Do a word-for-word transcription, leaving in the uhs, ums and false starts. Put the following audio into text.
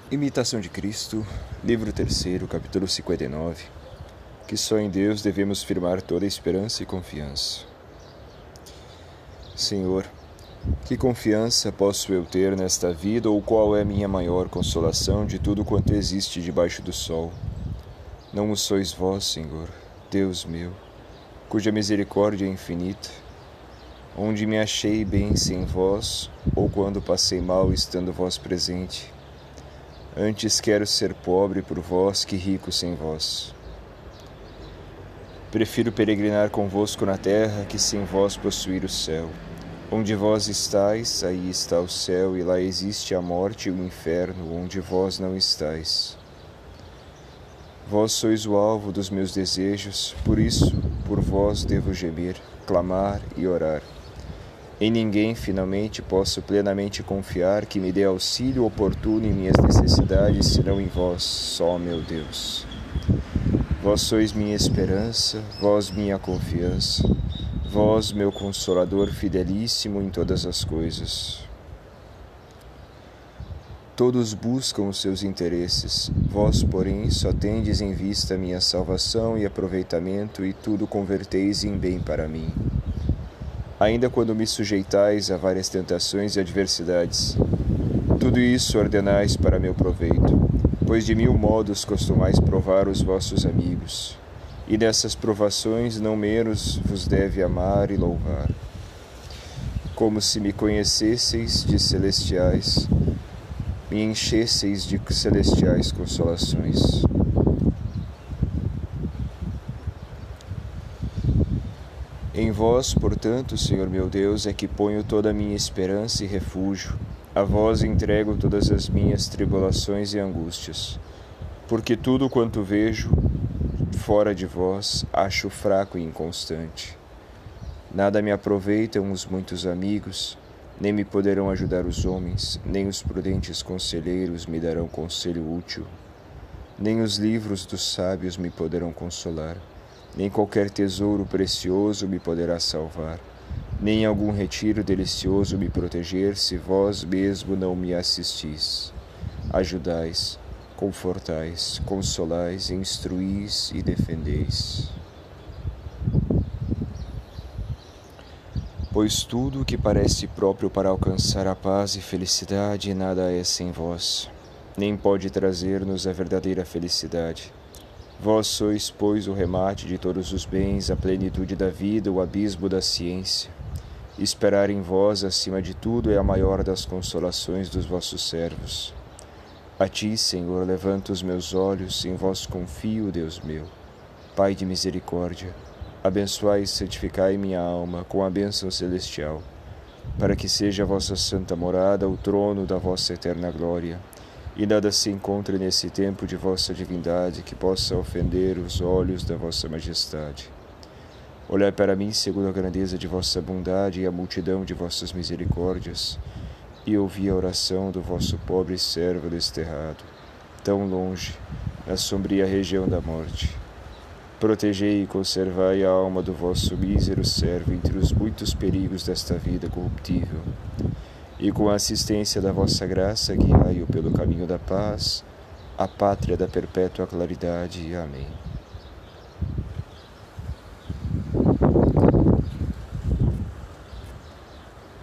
Imitação de Cristo, livro terceiro, capítulo cinquenta e nove, que só em Deus devemos firmar toda a esperança e confiança. Senhor, que confiança posso eu ter nesta vida, ou qual é minha maior consolação de tudo quanto existe debaixo do sol? Não o sois vós, Senhor, Deus meu, cuja misericórdia é infinita, onde me achei bem sem vós, ou quando passei mal estando vós presente. Antes quero ser pobre por vós que rico sem vós. Prefiro peregrinar convosco na terra que sem vós possuir o céu. Onde vós estáis, aí está o céu, e lá existe a morte e o inferno, onde vós não estáis. Vós sois o alvo dos meus desejos, por isso, por vós devo gemer, clamar e orar. Em ninguém, finalmente, posso plenamente confiar que me dê auxílio oportuno em minhas necessidades, senão em vós, só, meu Deus. Vós sois minha esperança, vós minha confiança, vós meu consolador fidelíssimo em todas as coisas. Todos buscam os seus interesses, vós, porém, só tendes em vista minha salvação e aproveitamento, e tudo converteis em bem para mim. Ainda quando me sujeitais a várias tentações e adversidades, tudo isso ordenais para meu proveito, pois de mil modos costumais provar os vossos amigos, e dessas provações não menos vos deve amar e louvar. Como se me conhecesseis de celestiais, me enchesseis de celestiais consolações. Em vós, portanto, Senhor meu Deus, é que ponho toda a minha esperança e refúgio. A vós entrego todas as minhas tribulações e angústias, porque tudo quanto vejo fora de vós acho fraco e inconstante. Nada me aproveitam os muitos amigos, nem me poderão ajudar os homens, nem os prudentes conselheiros me darão conselho útil, nem os livros dos sábios me poderão consolar. Nem qualquer tesouro precioso me poderá salvar, nem algum retiro delicioso me proteger, se vós mesmo não me assistis. Ajudais, confortais, consolais, instruís e defendeis. Pois tudo o que parece próprio para alcançar a paz e felicidade, nada é sem vós, nem pode trazer-nos a verdadeira felicidade. Vós sois, pois, o remate de todos os bens, a plenitude da vida, o abismo da ciência. Esperar em vós, acima de tudo, é a maior das consolações dos vossos servos. A ti, Senhor, levanto os meus olhos, em vós confio, Deus meu. Pai de misericórdia, abençoai e santificai minha alma com a bênção celestial, para que seja a vossa santa morada o trono da vossa eterna glória, e nada se encontre nesse tempo de vossa divindade que possa ofender os olhos da vossa majestade. Olhai para mim segundo a grandeza de vossa bondade e a multidão de vossas misericórdias, e ouvi a oração do vosso pobre servo desterrado, tão longe, na sombria região da morte. Protegei e conservai a alma do vosso mísero servo entre os muitos perigos desta vida corruptível, e com a assistência da vossa graça guiai-o pelo caminho da paz, a pátria da perpétua claridade. Amém.